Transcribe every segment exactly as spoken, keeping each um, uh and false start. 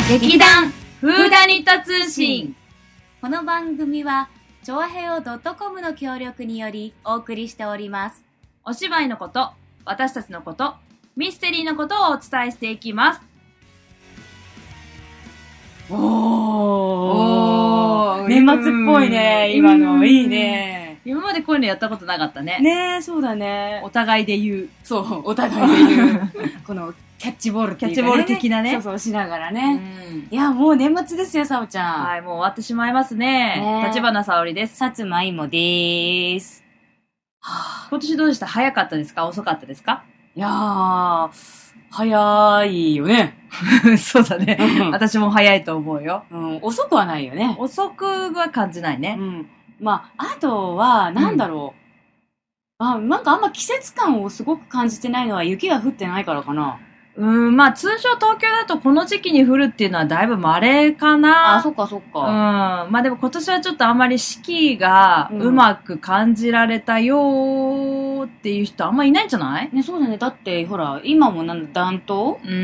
劇団フーダニット通信。 この番組はチョアヘオ .com の協力によりお送りしております。 お芝居のこと、私たちのこと、ミステリーのことをお伝えしていきます。 おーおー年末っぽいね、今の。いいね。 今までこういうのやったことなかったね。 ねえ、そうだね。 お互いで言う。 そう、お互いで言う。このキャッチボールっていうか、ね、 キャッチボール的なね。 そうそう、しながらね。 うん、 いや、もう年末ですよ、さおちゃん。 はい、もう終わってしまいますね。立花沙織です。 さつまいもでーす。 はあ、今年どうでした？早かったですか？遅かったですか？ いやー、早いよね。 そうだね。私も早いと思うよ。 うん、遅くはないよね。 遅くは感じないね。 うん。まあ、あとは、なんだろう。うん、あ、なんかあんま季節感をすごく感じてないのは雪が降ってないからかな。 うん、まあ通常東京だとこの時期に降るっていうのはだいぶ稀かな。 あ、そっかそっか。 うん。まあでも今年はちょっとあんまり四季がうまく感じられたよっていう人あんまいないんじゃない？ ね、そうだね。だってほら、今もなんだ、暖冬？ うん。うん、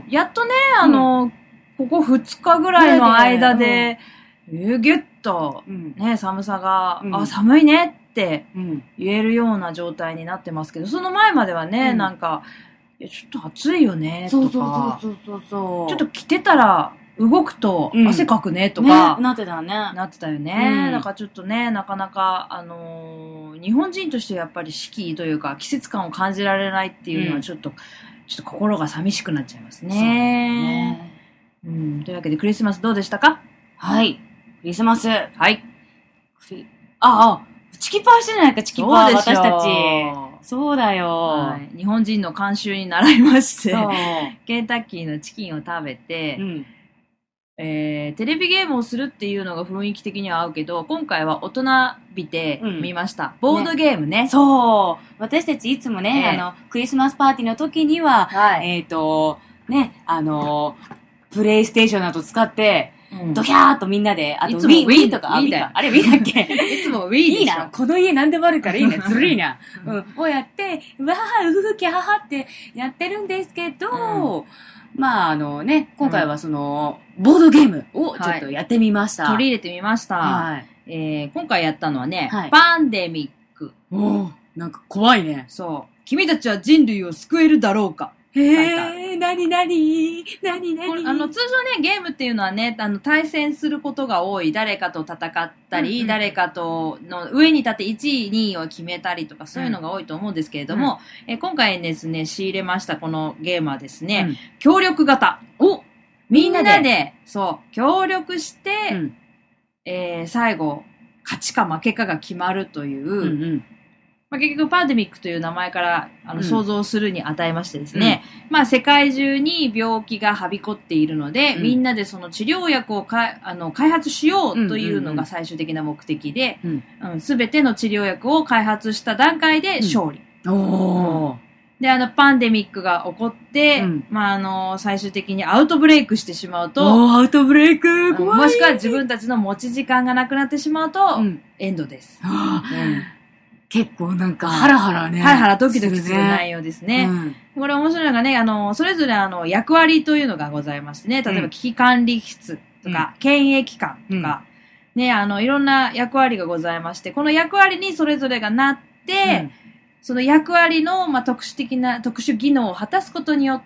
やっとね、あの、うん、ここふつかぐらいの間で、ぎゅぎゅっと、ね、寒さが、うん、あ、寒いねって言えるような状態になってますけど、その前まではね、うん、なんか、いやちょっと暑いよねとか、 そうそうそうそう、 ちょっと着てたら動くと汗かくねとか、 うんね、なってたね。 なってたよね。うん、だからちょっとね、なかなか、あのー、日本人としてやっぱり四季というか季節感を感じられないっていうのはちょっと、うん、ちょっと心が寂しくなっちゃいますね。そうね。うん、というわけでクリスマスどうでしたか？ はい。クリスマス。 はい。 ああ、チキパーしてないか、チキパー、私たち。そうだよ、 はい。日本人の慣習に習いまして、ケンタッキーのチキンを食べて、うん、えー、テレビゲームをするっていうのが雰囲気的には合うけど、今回は大人びて見ました。うん、ボードゲームね。 ね、そう。私たちいつもね、えー、あの、クリスマスパーティーの時には、はい、えっと、ね、あの、プレイステーションなど使って、うん、ドキャーっとみんなで、あと Wii, Wii とか、 Wii だよ。 あれ Wii だっけいつも Wii でしょ。 いいな。この家何でもあるからいいね。ずるいな。うん。をやって、わー、うふふきゃははってやってるんですけど、うん、まああのね、今回はその、うん、ボードゲームをちょっとやってみました。 はい、取り入れてみました。はい。えー、今回やったのはね、はい、パンデミック。 おー、なんか怖いね。 そう。君たちは人類を救えるだろうか。 へえー、なになになになにあの、通常ね、ゲームっていうのはね、あの、対戦することが多い。誰かと戦ったり、うんうん、誰かとの上に立っていちい、にいを決めたりとか、そういうのが多いと思うんですけれども、うん、え今回ですね、仕入れましたこのゲームはですね、うん、協力型。おみんなで、みんなでそう、協力して、うん、えー、最後、勝ちか負けかが決まるという、うんうんまあ、結局パンデミックという名前からあの、うん、想像するに値ましてですね、うん、まあ世界中に病気がはびこっているので、うん、みんなでその治療薬をかあの開発しようというのが最終的な目的で、うんうん、全ての治療薬を開発した段階で勝利。うん、おー。で、あの、パンデミックが起こって、うん、まあ、あの、最終的にアウトブレイクしてしまうと、 おー、アウトブレイク怖い。 もしくは自分たちの持ち時間がなくなってしまうと、うん、エンドです。うん結構なんかハラハラね。 ハラハラドキドキする内容ですね。うん、これ面白いのがね、あの、それぞれあの、役割というのがございましてね、例えば危機管理室とか、うん、検疫官とか、うん、ね、あの、いろんな役割がございまして、この役割にそれぞれがなって、うん、その役割の、まあ、特殊的な、特殊技能を果たすことによって、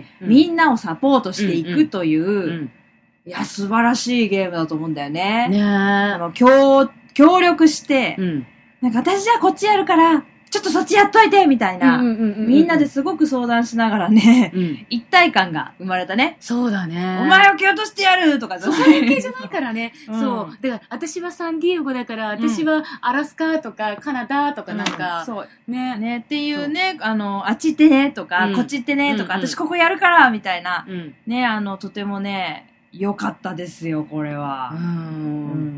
みんなをサポートしていくという、いや、素晴らしいゲームだと思うんだよね。 ねあの、協、協力して、なんか私じゃあこっちやるから、ちょっとそっちやっといてみたいな、みんなですごく相談しながらね、うん、一体感が生まれたね。 そうだね。 お前を蹴落としてやるとかそういう系じゃないからね。うん、そう。だから私はサンディエゴだから、私はアラスカとかカナダとかなんか、うん、 そう。ね。ねっていうね、あの、あっち行ってねとか、うん、こっち行ってねとか、うん、私ここやるからみたいな、うん、ね、あの、とてもね、良かったですよ、これは。うんうん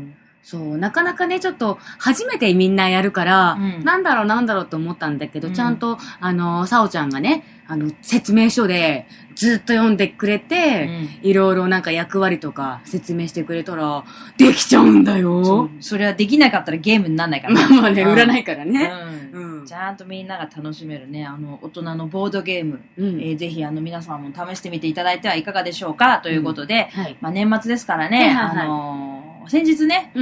そう、なかなかね、ちょっと、初めてみんなやるから、 うん、 なんだろうなんだろうと思ったんだけど、 うん、 ちゃんと、あの、さおちゃんがね、あの、説明書でずっと読んでくれて、うん、いろいろなんか役割とか説明してくれたら、できちゃうんだよ。 そう。それはできなかったらゲームにならないからね。まあまあね、売らないからね。 うん。うん、ちゃんとみんなが楽しめるね、あの、大人のボードゲーム、うん、えー、ぜひあの、皆さんも試してみていただいてはいかがでしょうかということで、うん、はい、まあ年末ですからね、はいはいはい、あのー、先日ね、うん、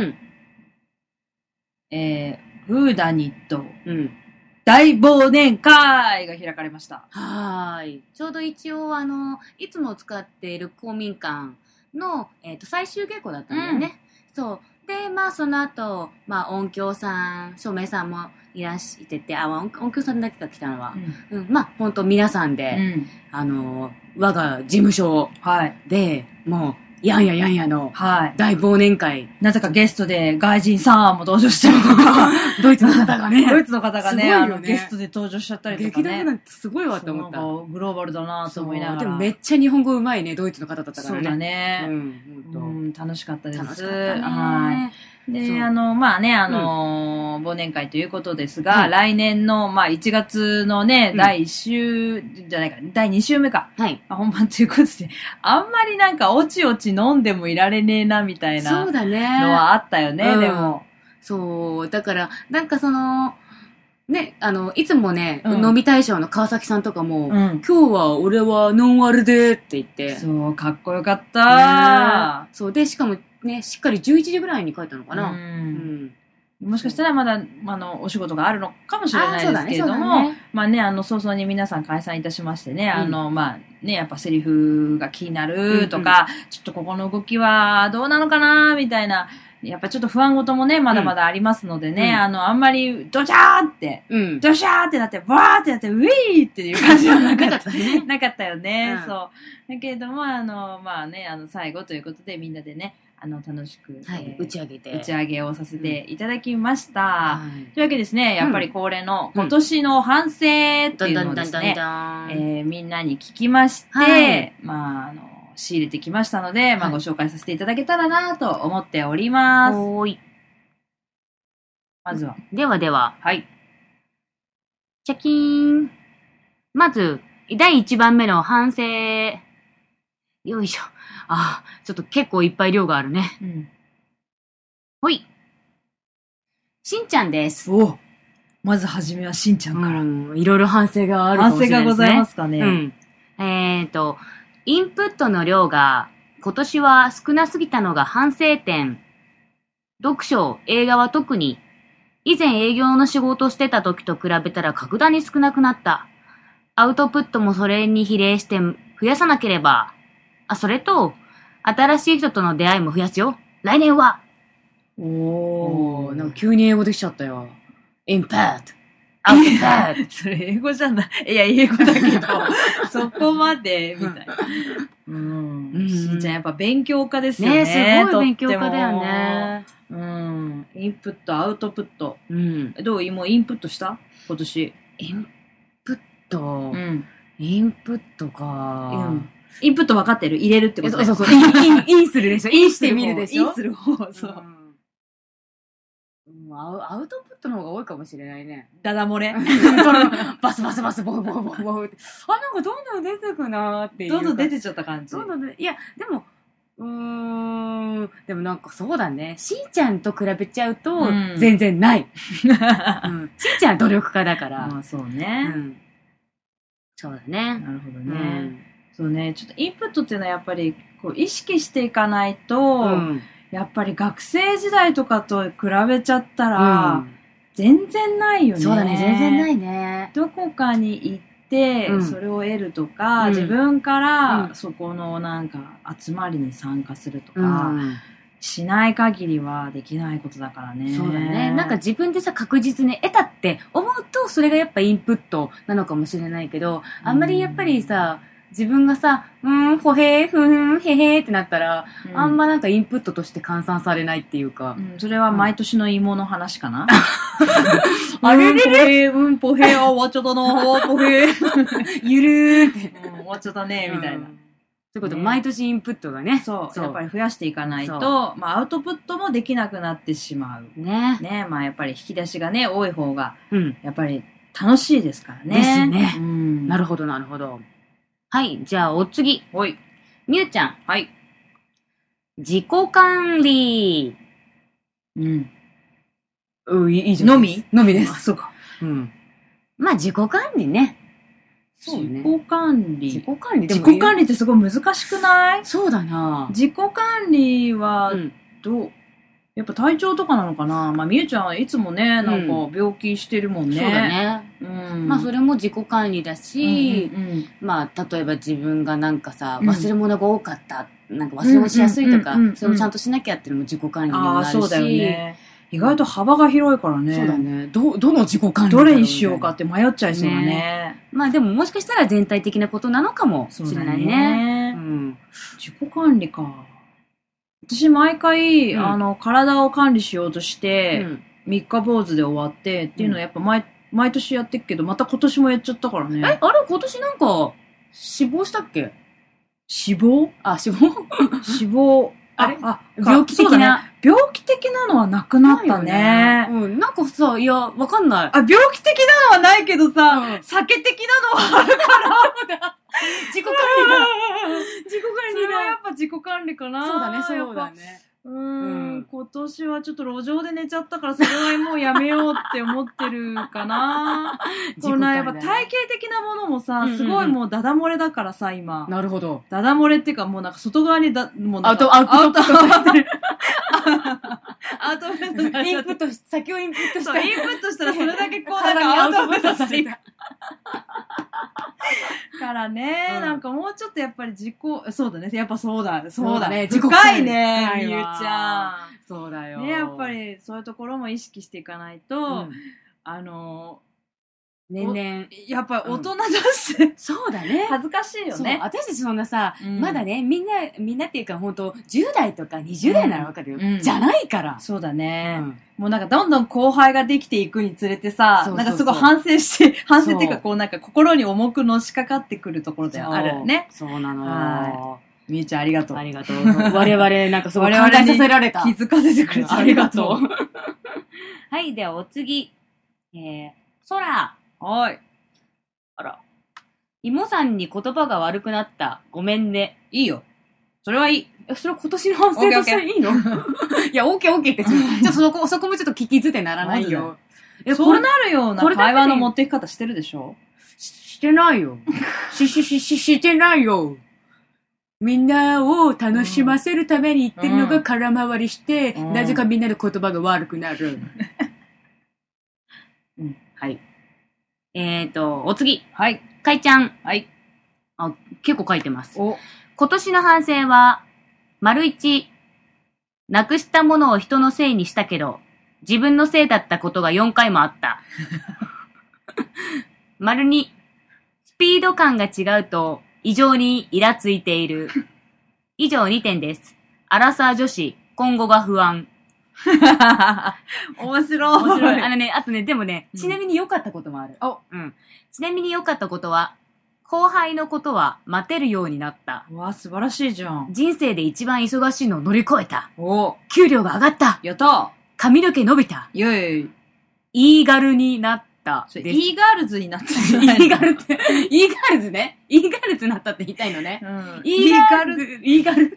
えー、フーダニット、うん、大忘年会が開かれました。 はい。ちょうど一応、あの、いつも使っている公民館の、えっと、最終稽古だったんだよね。うん、そう。で、まあ、その後、まあ、音響さん、照明さんもいらしてて、あ、音, 音響さんだけが来たのは。うん。うん、まあ、ほんと皆さんで、うん、あの、我が事務所で、はい、もう、やんややんやの大忘年会。はい、 なぜかゲストで外人さんも登場してるとか、 ドイツの方がね。 ドイツの方がね、ねあのゲストで登場しちゃったりとかね。 劇団なんてすごいわって思った。 グローバルだなと思いながら。 でもめっちゃ日本語うまいね、ドイツの方だったからね。 そうだね。 うん、 うん、楽しかったです。 楽しかったね。 はい。で、あの、まあね、あのーうん、忘年会ということですが、はい、来年の、まあいちがつのね、うん、だいいっ週じゃないか、だいに週目か。はい。本番ということで、あんまりなんかおちおち飲んでもいられねえな、みたいな。 そうだね。 のはあったよね、うん、でも。 そう、だから、なんかその、ね、あの、いつもね、うん、飲み大賞の川崎さんとかも、うん、今日は俺はノンアルでって言って。 そう、かっこよかった、 ね。そう、で、しかもね、しっかりじゅういちじぐらいに帰ったのかな。うん。 うん、もしかしたらまだ、あの、お仕事があるのかもしれないですけれども、ねね、まあね、あの、早々に皆さん解散いたしましてね、うん、あの、まあね、やっぱセリフが気になるとか、うんうん、ちょっとここの動きはどうなのかな、みたいな、やっぱちょっと不安事もね、まだまだありますのでね、うん、あの、あんまり、ドチャーって、うん、ドシャーってなって、バーってなって、ウィーっていう感じはなかった。なかったよね、うん、そう。だけれども、あの、まあね、あの、最後ということでみんなでね、あの、楽しく、 はいえー、打ち上げて。 打ち上げをさせていただきました。うん、というわけですね、やっぱり恒例の今年の反省っていうのをですね、えー、みんなに聞きまして、はい、まあ、あの、仕入れてきましたので、まあ、ご紹介させていただけたらなと思っております。 おーい。 まずは。 ではでは。 はい。 チャキーン。まず、だいいちばんめの反省。よいしょ。ああ、ちょっと結構いっぱい量があるね。うん。ほい。しんちゃんです。 おまずはじめはしんちゃんから。うん、いろいろ反省があるかもしれないですね。反省がございますかね。うん。えーと、インプットの量が今年は少なすぎたのが反省点。読書、映画は特に。以前営業の仕事をしてた時と比べたら格段に少なくなった。アウトプットもそれに比例して増やさなければ。あ、それと、新しい人との出会いも増やすよ。来年は。 おー、 なんか急に英語できちゃったよ。インプット。アウトプット。 それ英語じゃない。いや、英語だけど、そこまで、みたいな。うん。うん、しんちゃんやっぱ勉強家ですよね。 ね、すごい勉強家だよね。 うん。インプット、アウトプット。うん。どうもうインプットした今年。 インプット。うん。インプットか。 うん。インプット分かってる入れるってことそうそうそう。イン、インするでしょ。インしてみるでしょ。 インする方、そう。 うん、アウトプットの方が多いかもしれないね。 ダダ漏れバスバスバスボーボーボーボーって。あ、なんかどんどん出てくなーっていう。 どんどん出てちゃった感じ。 どんどんいや、でも、うーん、でもなんかそうだね。しんちゃんと比べちゃうと、うん、全然ない、うん。しんちゃんは努力家だから。 まあそうね、うん。 そうだね。 なるほどね。うん、そうね。ちょっとインプットっていうのはやっぱり、こう意識していかないと、うんやっぱり学生時代とかと比べちゃったら、うん、全然ないよね。 そうだね、全然ないね。 どこかに行って、うん、それを得るとか、うん、自分からそこのなんか集まりに参加するとか、うん、しない限りはできないことだからね。 そうだね。なんか自分でさ、確実に得たって思うと、それがやっぱインプットなのかもしれないけど、あんまりやっぱりさ、自分がさ、うーん、ほへー、ふーん、へへーってなったら、うん、あんまなんかインプットとして換算されないっていうか。 うん、それは毎年の芋の話かな、うん、あれれれうん、ぽへー、あ、終わっちゃったな、ぽへー。 ゆるーって、 うん。終わっちゃったね、みたいな。 ということで、 ね毎年インプットがね。 そう、 そうやっぱり増やしていかないそと、まあ、アウトプットもできなくなってしまう。 ね。 ね、まあ、やっぱり引き出しがね、多い方が、 うん。 やっぱり楽しいですからね。 ですねうん。 なるほど、なるほど。はい、じゃあ、お次。 ほい。 みゆちゃん。 はい。 自己管理。 うん。 うん、いいいじゃん。 のみのみであ、 す。 そうか。 うん。まあ、自己管理ね。そうね。 自己管理。 自己管理でも自己管理ってすごい難しくないそうだな自己管理はう、ん。 どう、やっぱ体調とかなのかな。まあ、みゆちゃんいつもね、なんか病気してるもんね。 そうだね。 うん。 まあ、それも自己管理だし、 うんうんうんまあ、例えば自分がなんかさ、 うん忘れ物が多かった、なんか忘れ物しやすいとかうんうんうんうん、 それもちゃんとしなきゃっていうのも自己管理にもああ、 なるし。 そうだよね。意外と幅が広いからね。 そうだね。ど、どの自己管理どだろうれにしようかって迷っちゃいそうだね。 まあでももしかしたら全体的なことなのかもしそうだれないね。 ね。 うん。 自己管理か。私毎回、 うんあの、体を管理しようとしうて、 ん三日坊主で終わって、っていうのはやっぱ毎、毎年やってるけど、また今年もやっちゃったからえ、 ね。 あれ今年なんか、死亡したっけ死亡あ、死亡死亡。 あれあ、 病気的そうだねな。 病気的なのはなくなったね。 うん。なんかさ、いや、わかんない。 あ、病気的なのはないけどさ、 うん酒的なのはあるから。 自己管理だ。自己そ管理だ。 れはやっぱ自己管理かな。 そうだね、そうだやっぱね。 うーん、 うん今年はちょっと路上で寝ちゃったから、それはもうやめようって思ってるかな。こんなやっぱ体型的なものもさ、 うんうんうんすごいもうダダ漏れだからさ、今。 なるほど。 ダダ漏れっていうかもうなんか外側にだ、もうなんかアウト、アウト、アウト、 アウトプットされちイゃってンプットし、先をインプットしそう、 た。 インプットしたらそれだけこう、なん体にかアアウトプッウトプットさトされれたた。 からね、 うんなんかもうちょっとやっぱり自己、そうだね、やっぱそうだ、そうだそうだねね。 自己深い管理ね、 深いわみゆちゃそうだよ。 ん。ね、やっぱりそういうところも意識していかないと、 うん、 あの年々。 やっぱり大人だし、 そうだね。 恥ずかしいよそうね。 私たちそんなさ、 うんまだね、みんな、みんなっていうか本当じゅう代とかにじゅう代ならわかるよ、 うんじゃないから。 そうだうね、 んもうなんかどんどん後輩ができていくにつれてさ、 そうそうそうなんかすごい反省して、反省っていうかそうこうなんか心に重くのしかかってくるところではあるよね。 そうそうなのよ。 はみゆちゃんありがとう。 ありがとう。我々なんかすごい我々に考えさせられた。 気づかせてくれてありがとう。 う。 はい、ではお次。えー、空。 はい。 あら。妹さんに言葉が悪くなった。ごめんね。 いいよ。それはいい。 え、それは今年の反省としていいのいや、オーケーオーケーってちょっとそこ、そこもちょっと聞き捨てならないよ。え、 そうなるようなこれだけで会話の持っていき方してるでしょししてないよ。し、し、し、し、してないよ。みんなを楽しませるために言ってるのが空回りして、 うんなぜかみんなの言葉が悪くなる。 うん。 はい。えーと、お次。 はい。 かいちゃん。 はい。 あ、結構書いてます。 お。 今年の反省は、丸一、なくしたものを人のせいにしたけど、自分のせいだったことがよんかいもあった。丸二、スピード感が違うと、異常にイラついている。以上にてんです。アラサー女子、今後が不安。 面白い。 面白い。あのね、あとね、でもね、 うんちなみに良かったこともある。 おうん。ちなみに良かったことは、後輩のことは待てるようになった。 うわ、素晴らしいじゃん。 人生で一番忙しいのを乗り越えた。 お。 給料が上がった。 やった髪の毛伸びた。 イェイ。 イーガルになったそれです。 イーガールズになったじゃイないーガルって、イーガルズね。イーガルズになったって言いたいのね。 うん。 イーガルズ、イーガル。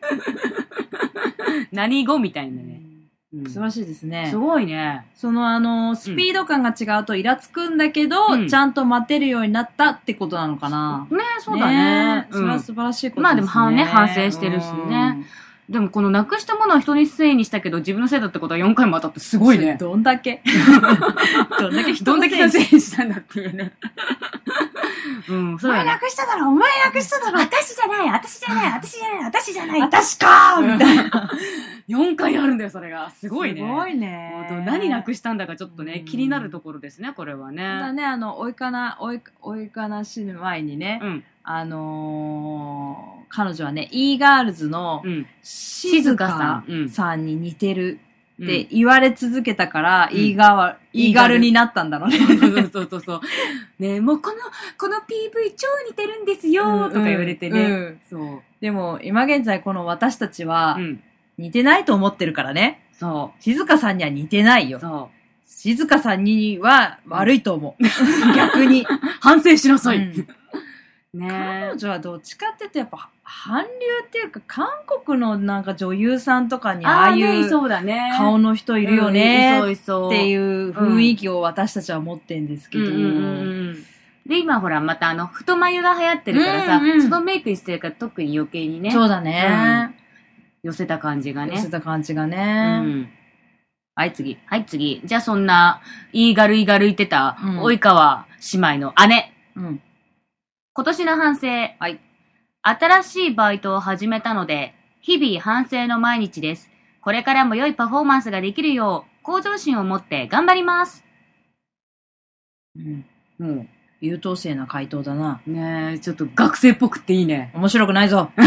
何語みたいなね。うん素晴らしいですねす。ごいね。 そのあの、スピード感が違うとイラつくんだけど、 うんちゃんと待てるようになったってことなのかな。 ねそうだね。 それは素晴らしいことですね。 まあでもはね反省してるしねでもこのなくしたものを人にせいにしたけど自分のせいだってことはよんかいも当たってすすごいね。 どんだけどんだけ人どんだのせいにけのせいにしたんだっていうね。うん、そうだねお前な。くしただろお前なくしただろ私じゃない私じゃない私じゃない私じゃない私かーみたいな。 よんかいあるんだよ、それが。すごいね。 すごいね。 本当何なくしたんだかちょっとね、 うん気になるところですね、これはまたね。 ね、あの、おいかな、おい、おいかなしぬ前にね、 うん。 あのー彼女はね、e ガールズのうん。 静香さんうんさんに似てるって言われ続けたから、 うん、 言いがわ、言い軽になったんだろうね。 そうそうそう。ねもうこの、この ピーブイ 超似てるんですよ、とか言われてね。うんうん、そう。 でも、今現在この私たちは、似てないと思ってるからね。 そう。 静香さんには似てないよ。 そう。 静香さんには悪いと思う。逆に。 反省しなさい。うんね、彼女はどっちかって言うとやっぱ韓流っていうか韓国のなんか女優さんとかにああいう顔の人いるよねっていう雰囲気を私たちは持ってんですけど、 で今ほらまたあの太眉が流行ってるからさ、うんうん、そのメイクにしてるから特に余計にね、 そうだね、 うん、寄せた感じがね寄せた感じがね、うん、はい次はい次じゃあそんな言い軽い軽いてた、うん、及川姉妹の姉、うん今年の反省。はい。新しいバイトを始めたので、日々反省の毎日です。これからも良いパフォーマンスができるよう、向上心を持って頑張ります。 うん。もう、優等生な回答だな。 ねえ、ちょっと学生っぽくっていいね。 面白くないぞ。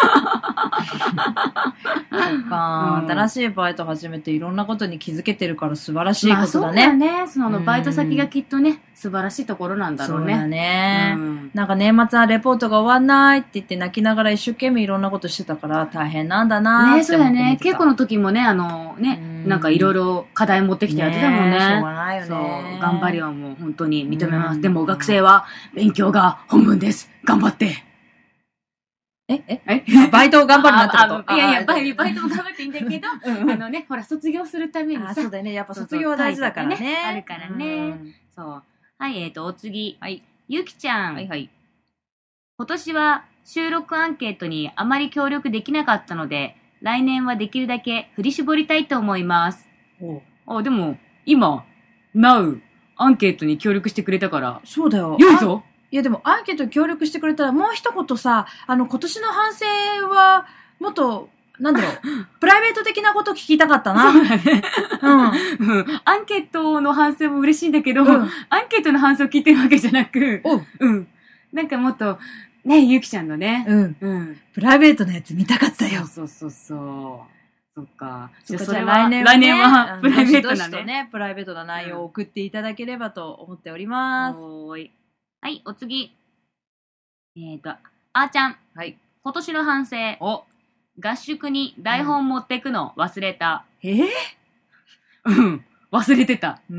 そっか、うん、新しいバイト始めていろんなことに気づけてるから素晴らしいことだね。 まあ、そうだね。そのバイト先がきっとね、素晴らしいところなんだろうね。 そうだね。うん、なんか年末はレポートが終わんないって言って泣きながら一生懸命いろんなことしてたから大変なんだなーって思って。ね、そうだね。 稽古の時もね、あのね、んなんかいろいろ課題持ってきてやってたもんね。ねしょうがないよね。そう、 頑張りはもう本当に認めます。でも学生は勉強が本分です。頑張って。 えええバイトを頑張るなってこと？ いやいや、バイ、バイトも頑張っていいんだけど、うん、あのね、ほら、卒業するためにさ。 あ、そうだよね。やっぱ卒業は大事だからね。そうそうねあるからね。そう。はい、えっと、お次。はい。ゆきちゃん。はいはい。今年は収録アンケートにあまり協力できなかったので、来年はできるだけ振り絞りたいと思います。おあ、でも、今、Now、アンケートに協力してくれたから。 そうだよ。 良いぞ。 いやでもアンケート協力してくれたらもう一言さ、あの今年の反省はもっと、なんだろう、プライベート的なこと聞きたかったな。そうだね。 うん。アンケートの反省も嬉しいんだけど、うん、アンケートの反省を聞いてるわけじゃなく、うん。なんかもっと、ね、ゆきちゃんのね、 うん。うん。プライベートのやつ見たかったよ。 そうそうそうそう。そっか。 じゃあそれは来年は、ね、来年はプライベートなね。ね、プライベートな内容を送っていただければと思っております。 うん、おーい。はい、お次。えっと、あーちゃん。はい。今年の反省。お。合宿に台本持ってくの忘れた。 うん、えー、うん。忘れてた。 うん。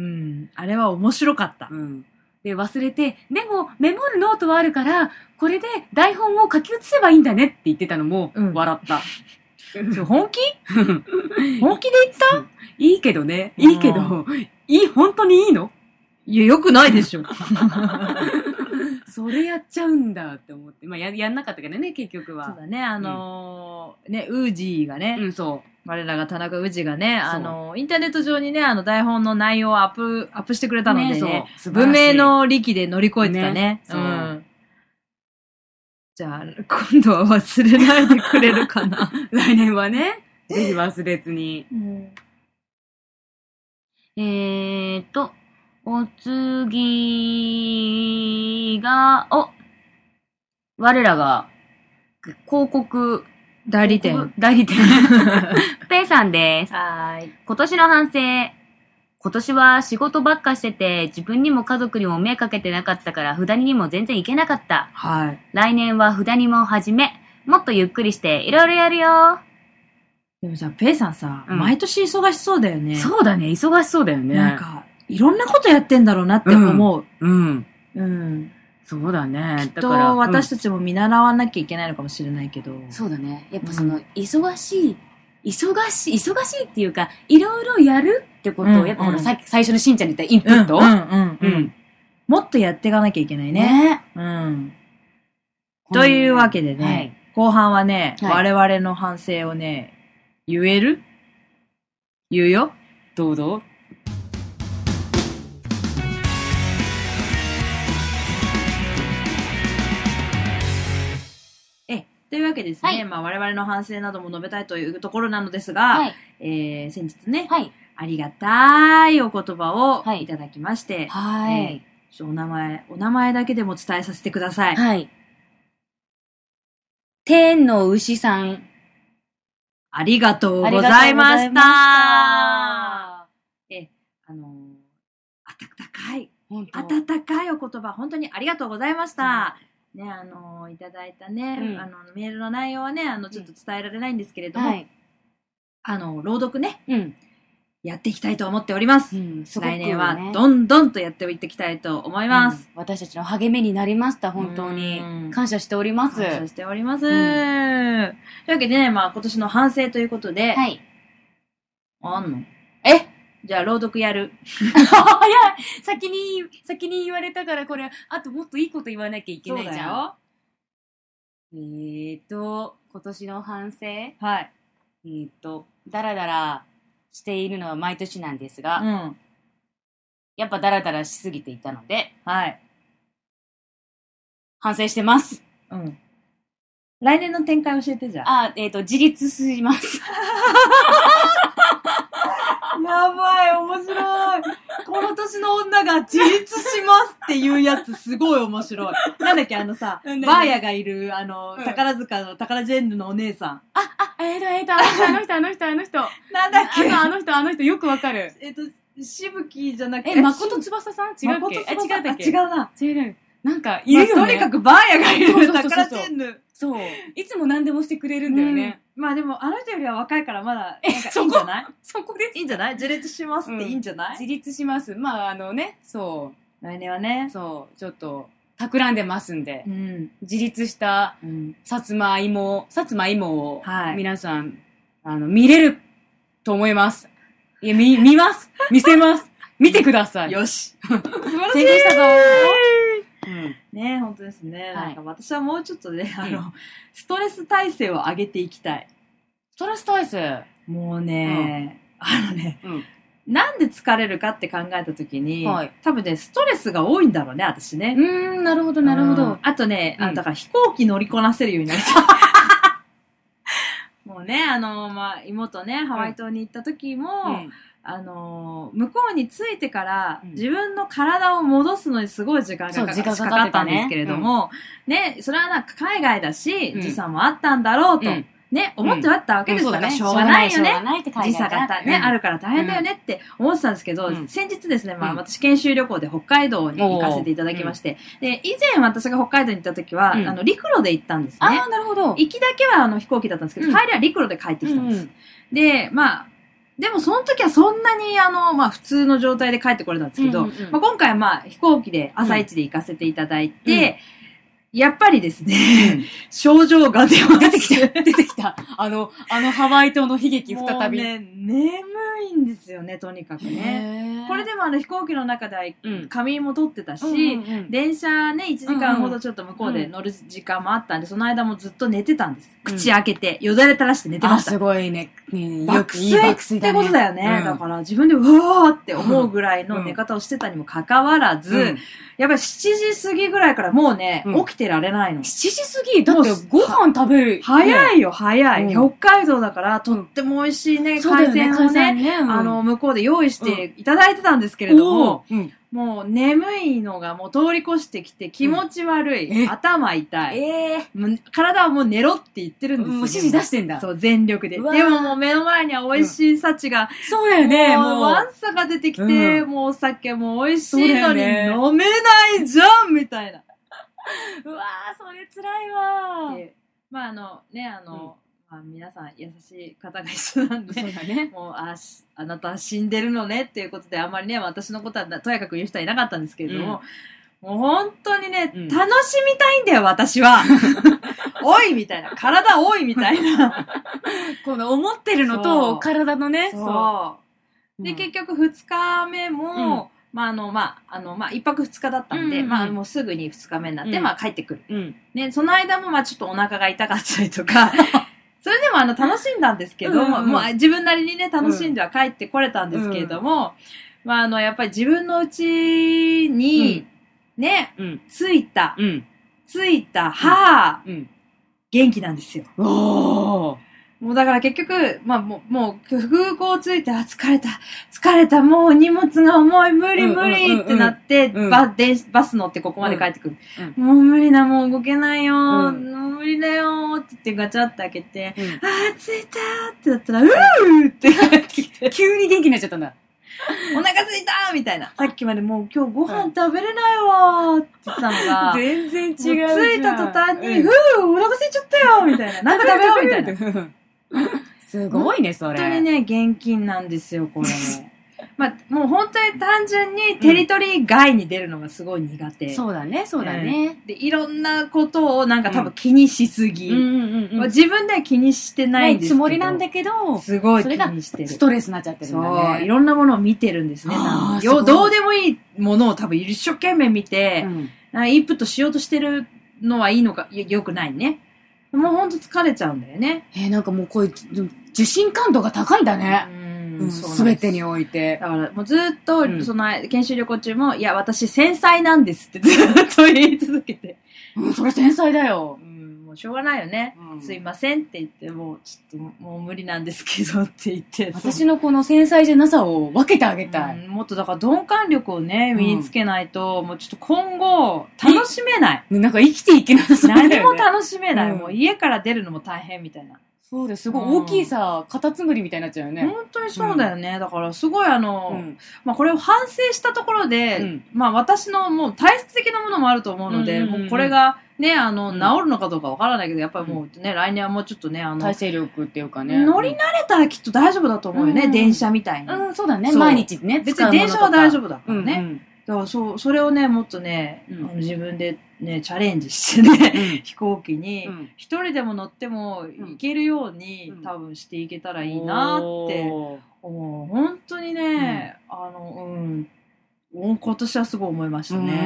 あれは面白かった。 うん。で、忘れて、でもメモるノートはあるから、これで台本を書き写せばいいんだねって言ってたのも、笑った。 うん、本気本気で言ったいいけどね。いいけど、いい、本当にいいのいや、よくないでしょ。 それやっちゃうんだって思って。まあ、や、やんなかったけどね、結局は。 そうだね、あのー、うん、ね、ウージーがね。 うん、そう。 我らが田中ウージーがね、あのー、インターネット上にね、あの、台本の内容をアップ、アップしてくれたのでね、ね文明の力で乗り越えてたね。ねうん。じゃあ、今度は忘れないでくれるかな。 来年はね、ぜひ忘れずに。うん、えーっと、お次が、お我らが、広告、 代理店。 代理店。ペイさんです。 はーい。 今年の反省。今年は仕事ばっかしてて、自分にも家族にも目かけてなかったから、札ににも全然行けなかった。 はい。 来年は札にも始め、もっとゆっくりして、いろいろやるよ。 でもさ、ペイさんさ、うん、毎年忙しそうだよね。 そうだね、忙しそうだよね。 なんか、いろんなことやってんだろうなって思う。 うん。 うん。うん、 そうだね。 きっと私たちも見習わなきゃいけないのかもしれないけど。うん、 そうだね。やっぱその、忙しい、忙しい、忙しいっていうか、いろいろやるってことを、うん、やっぱほら、さ最初のしんちゃんに言ったインプット、 うんうんうんうん、うん。もっとやっていかなきゃいけないね。ね。うん。というわけでね、はい、後半はね、はい、我々の反省をね、言える？言うよ。 どうぞ。 というわけですね、はい、まあ我々の反省なども述べたいというところなのですが、はい、えー、先日ね、はい、ありがたいお言葉をいただきまして、はいえー、お名前、お名前だけでも伝えさせてください。 はい。天の牛さん。 ありがとうございました。 ありがとうございましたえ、あのー、温かい、 本当温かいお言葉、本当にありがとうございました。ね、あのー、いただいたね、 うん、 あの、メールの内容はね、あの、ちょっと伝えられないんですけれども、 はい、 あの、朗読ね、 うん、 やっていきたいと思っております。 うん、すごくね、 来年はどんどんとやっていっていきたいと思います。 うん、私たちの励みになりました。本当に。感謝しております。 感謝しております。うん、というわけでね、まあ今年の反省ということで。 はい。 あんの？ えじゃあ朗読やる。 早い先に、先に言われたからこれ、あともっといいこと言わなきゃいけないじゃん。えーと、今年の反省。 はい。 えーと、だらだらしているのは毎年なんですが、 うん、 やっぱダラダラしすぎていたので、 はい。 反省してます。 うん。来年の展開教えてじゃあ。あ、えっと、自立します。 やばい、面白い。この年の女が自立しますっていうやつすごい面白い。なんだっけ、あのさ、バーヤがいる、あの、うん、宝塚の宝ジェンヌのお姉さん。 あ、あ、えーと、えーと、あの人、あの人、あの人、あの人。 なんだっけあの人、あの人、よくわかる。 えっと、しぶきじゃなくて。 え、まことつばささん違うっけ？ え、違うだっけ？ 違うな。 違う。なんか、いるよね。 まあ、とにかくバーヤがいる宝ジェンヌ。 そう。いつも何でもしてくれるんだよね。 うん、まあでも、あの人よりは若いからまだ、なんかいいんじゃない？ そこです。 いいんじゃない？自立しますっていいんじゃない？ うん、自立します。まあ、あのね、そう。 来年はね。 そう。ちょっと、企んでますんで。 うん、 自立した、さつまいも、さつまいもを、皆さん、あの、見れると思います。いや、見、見ます。見せます。見てください。 よし。 素晴らしい。成功したぞうん、ね、本当ですね。 はい、 なんか私はもうちょっとね、あの、うん、ストレス耐性を上げていきたい。 ストレス耐性もうね、うん、あのね、 うん、 なんで疲れるかって考えたときに、 はい、 多分ね、ストレスが多いんだろうね、私ね。 うーん、なるほど、なるほど。 あとね、うん、あだから飛行機乗りこなせるようになりたい。もうね、あの、まあ、妹ね、ハワイ島に行った時も、うん、あの向こうに着いてから、うん、自分の体を戻すのにすごい時間がかかったんですけれども、ね、うん、それはなんか海外だし、うん、時差もあったんだろうと、うん、ね、思ってはったわけですから、うん、しょうがないよね。時差がね、あるから大変だよねって思ってたんですけど、うん、先日ですね、まあ私研修旅行で北海道に行かせていただきまして、で、以前私が北海道に行った時は、うん、あの、陸路で行ったんですね。 ああ、なるほど。 行きだけはあの飛行機だったんですけど、帰りは陸路で帰ってきたんです。うん、で、まあ、でもその時はそんなにあの、まあ普通の状態で帰ってこれたんですけど、うんうんうん、まあ、今回はまあ飛行機で朝一で行かせていただいて、うん、やっぱりですね、うん、症状が出ま出てきた、出てきた。あの、あのハワイ島の悲劇再び。 もうね、眠いんですよね、とにかくね。これでもあの飛行機の中では仮眠も取ってたし、うんうんうん、電車ね、いちじかんほどちょっと向こうで乗る時間もあったんで、その間もずっと寝てたんです。口開けて、よだれ垂らして寝てました。 あ、すごいね。 ね爆睡ってことだよね。うん、だから自分でうわーって思うぐらいの寝方をしてたにもかかわらず、うん、やっぱりしちじ過ぎぐらいからもうね、うん、起きてられないの。 しちじ過ぎだってご飯食べる。 早いよ、早い。うん、北海道だから、とっても美味しいね、海鮮をね、ねうん、あの、向こうで用意していただいてたんですけれども、うん、もう眠いのがもう通り越してきて気持ち悪い。頭痛い。 えー、 体はもう寝ろって言ってるんですよ。もう指示出してんだ。 そう、全力で。でももう目の前には美味しい幸が、 そうだよね、 もうワンサが出てきて、もうお酒も美味しいのに飲めないじゃんみたいな。 うわー、それ辛いわー。 まああの、ね、あの、まあ、皆さん優しい方が一緒なんで、 そうだね、 もうああなたは死んでるのねっていうことであんまりね私のことはとやかく言う人はいなかったんですけれども、うん、もう本当にね、うん、楽しみたいんだよ私はおいみたいな体おいみたいなこの思ってるのと体のねそうそうで、うん、結局ふつかめも、うんまあ、あの、まあ、あの、まあ、一泊二日だったんで、うんうん、まあ、もうすぐに二日目になって、うん、まあ、帰ってくる。うん、ね、その間も、まあ、ちょっとお腹が痛かったりとか、それでも、あの、楽しんだんですけど、うんうん、もう、自分なりにね、楽しんでは帰ってこれたんですけれども、うん、まあ、あの、やっぱり自分のうちに、ね、うん、ついた、うん、ついた母、うん、元気なんですよ。 おー。 もうだから結局、まあもう、もう空港着いて、あ、疲れた、疲れた、もう荷物が重い、無理無理ってなって、 うんうんうん、 バ, 電バス乗ってここまで帰ってくる。うん、もう無理だ、もう動けないよ、うん、もう無理だよって言ってガチャって開けて、うん、あー、着いたーってなったら、うーって帰ってきて。 急に元気になっちゃったんだ。 お腹空いたーみたいな。さっきまでもう今日ご飯食べれないわーって言ってたのが、 全然違う。 着いた途端に、うん、ふー、お腹空いちゃったよみたいな。なんか食べようみたいな。 すごいね、それ。 本当にね、現金なんですよ、これ。まあ、もう本当に単純にテリトリー外に出るのがすごい苦手。 うん、そうだね、そうだね、 うん。で、いろんなことをなんか多分気にしすぎ。うんうんうんうん、自分では気にしてないんですけど。 つもりなんだけど、 すごい気にしてる。 ストレスになっちゃってるんだね。 そう、いろんなものを見てるんですね。なんかよどうでもいいものを多分一生懸命見て、うん、インプットしようとしてるのはいいのか、よ、よくないね。もうほんと疲れちゃうんだよね。 えー、なんかもうこういう、受信感度が高いんだね。すべ、うん、てにおいて。 だからもうずっと、うん、その研修旅行中も、いや、私繊細なんですってずっと言い続けて。 うん、それ繊細だよ。 うん、もうしょうがないよね。うん、すいませんって言って、もうちょっともう無理なんですけどって言って。 私のこの繊細じゃなさを分けてあげたい。 うん、もっとだから鈍感力をね、身につけないと、うん、もうちょっと今後、楽しめない。 なんか生きていけなさそうだよね。 何も楽しめない、うん。もう家から出るのも大変みたいな。 そうです。すごい大きいさ、うん、カタツムリみたいになっちゃうよね。 本当にそうだよね。うん、だからすごいあの、うん、まあこれを反省したところで、うん、まあ私のもう体質的なものもあると思うので、うんうんうんうん、もうこれがね、あの、うん、治るのかどうかわからないけど、やっぱりもうね、うん、来年はもうちょっとね、あの、 体制力っていうかね。 乗り慣れたらきっと大丈夫だと思うよね、うん、電車みたいに。 うん、そうだね。毎日ね。 別に電車は大丈夫だからね。うんうん、だからそう、それをね、もっとね、うん、あの自分でね、チャレンジしてね、うん、飛行機に、一、うん、人でも乗っても行けるように、うん、多分していけたらいいなって思う。本当にね、うん、あの、うん、今年はすごい思いましたね。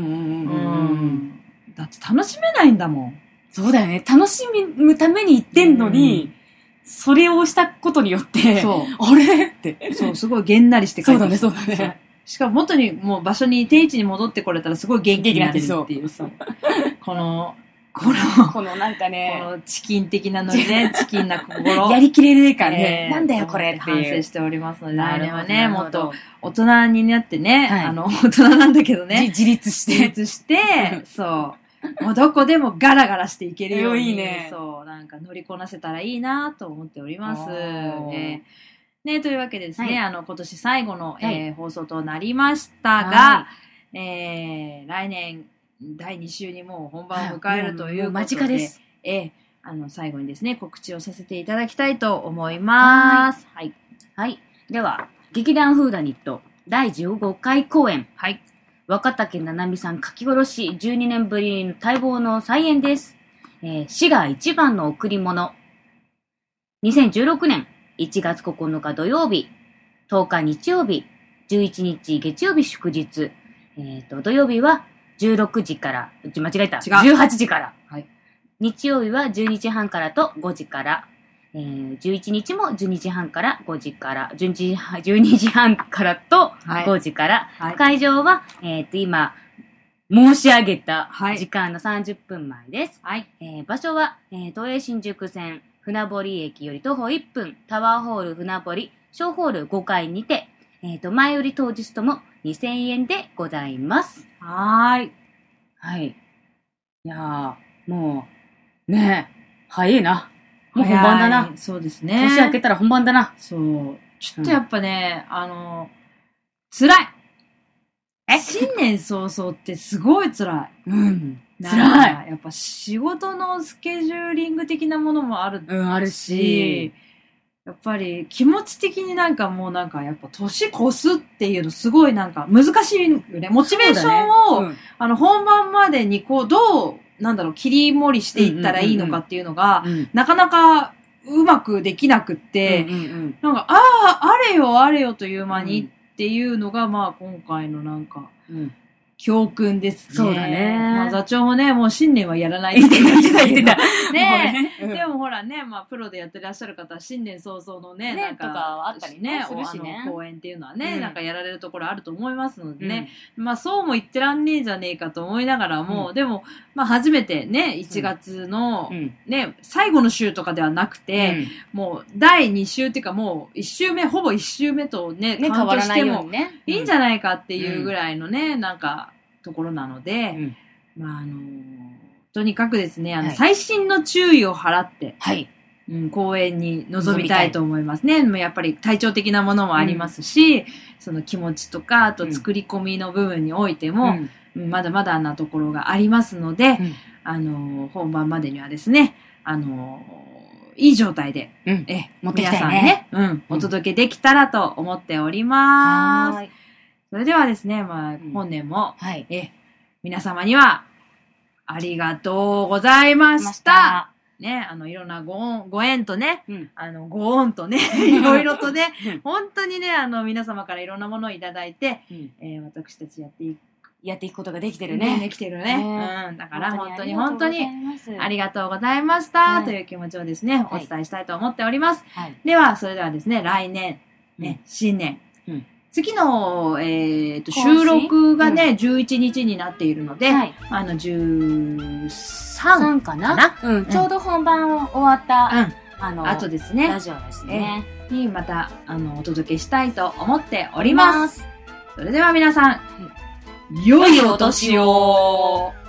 だって楽しめないんだもん。 そうだよね。楽しむために行ってんのに、うん、それをしたことによって、そうあれって。 そう、すごいげんなりして帰ってきた。そうだね、そうだね。 しかも元にもう場所に定位置に戻ってこれたらすごい元気になってるっていうさ。この、この、 このなんかね、 このチキン的なのにね、チキンな心。 やりきれる感ね、えー。なんだよこれっていう。 反省しておりますので、来年はね、もっと大人になってね、はい、あの、大人なんだけどね。 自立して。 自立して、そう。もうどこでもガラガラしていけるように、 いいね、 そう、なんか乗りこなせたらいいなと思っております。えーね、というわけでですね、はい、あの、今年最後の、はい、えー、放送となりましたが、はい、えー、来年、だいに週にもう本番を迎えるということで、 間近です。 えー、あの、最後にですね、告知をさせていただきたいと思います。はい。 はい。はい、では、劇団フーダニットだいじゅうごかい公演。 はい。 若竹ななみさん書き殺し、じゅうにねんぶりの待望の再演です。えー、滋賀一番の贈り物。にせんじゅうろくねんいちがつここのか土曜日、とおか日曜日、じゅういちにち月曜日祝日。えっと、土曜日はじゅうろくじから、間違えた。じゅうはちじから。 はい。 日曜日はじゅうにじはんからとごじから。えー、じゅういちにちもじゅうにじはんからごじから。じゅうにじはんからとごじから。はいはい、会場は、えっと、今、申し上げた時間のさんじゅっぷんまえです。 はい。 えー、場所は、えー、東映新宿線、船堀駅より徒歩いっぷん、タワーホール船堀、小ホールごかいにて、えっと、前売り当日ともにせんえんでございます。 はーい。 はい。いやー、もう、ねえ、早いな。もう本番だな。 そうですね。 年明けたら本番だな。 そう。ちょっとやっぱね、うん、あの、辛い。え新年早々ってすごい辛い。うん。 辛い。やっぱ仕事のスケジューリング的なものもあるし、 うん、あるし、 やっぱり気持ち的になんかもうなんかやっぱ年越すっていうのすごいなんか難しいよね。モチベーションを、ねうん、あの本番までにこうどう、なんだろう、切り盛りしていったらいいのかっていうのが、うんうんうん、なかなかうまくできなくって、うんうんうん、なんか、ああ、あれよあれよという間にっていうのが、まあ今回のなんか、うん教訓ですね。 そうだね。 まあ、座長もね、もう新年はやらないって言ってたけど。ねえ。でもほらね、まあ、プロでやってらっしゃる方は、新年早々のね、 ねなんか、 とかあったりねするしねあの、公演っていうのはね、 うんなんかやられるところあると思いますのでね。まあ、そうも言ってらんねえじゃねえかと思いながらも、 うんでも、まあ、初めてね、いちがつの、 うんね、最後の週とかではなくて、もう、だいに週っていうかもう、いち週目、ほぼいち週目とね、 ね、 カウン変わらないトしてもようにね。 いいんじゃないかっていうぐらいのね、なんか、ところなので、 うんまあ、あのーとにかくですね、あの、 はい細心の注意を払って、 はい。 うん、公演に臨みたいと思いますね。もうやっぱり体調的なものもありますし、その気持ちとか、あと作り込みの部分においても、 うんうんまだまだなところがありますので、 うんあのー本番までにはですね、あのーいい状態で、 うんえ、 持ってきたいね皆さんね、うん、お届けできたらと思っております。 はーい。 それではですね、まあ、 ん本年も、 はい。 え、皆様には、ありがとうございました。ね、あの、いろんなご恩、ご縁とね、 うん。 あの、ご恩とね、いろいろとねうん、 本当にね、あの、皆様からいろんなものをいただいて、 うんえー私たちやっていく。 やっていくことができててるね。 できてるね。 ねうん。だから本当に本当にありががとうございました、 はいという気持ちをですね、おはい伝えしたいと思っております。 はい。 では、それではですね、来年、ね、新年。 うん次の、えー、と更新収録がね、じゅういちにちになっているので、 はい。 あの、じゅうさん、 さんかなかうん。ちょうど本番終わった、 うん、 あの、 あとですねラ、ジオですね。 にまた、あの、お届けしたいと思っております。それでは皆さん、良いお年を。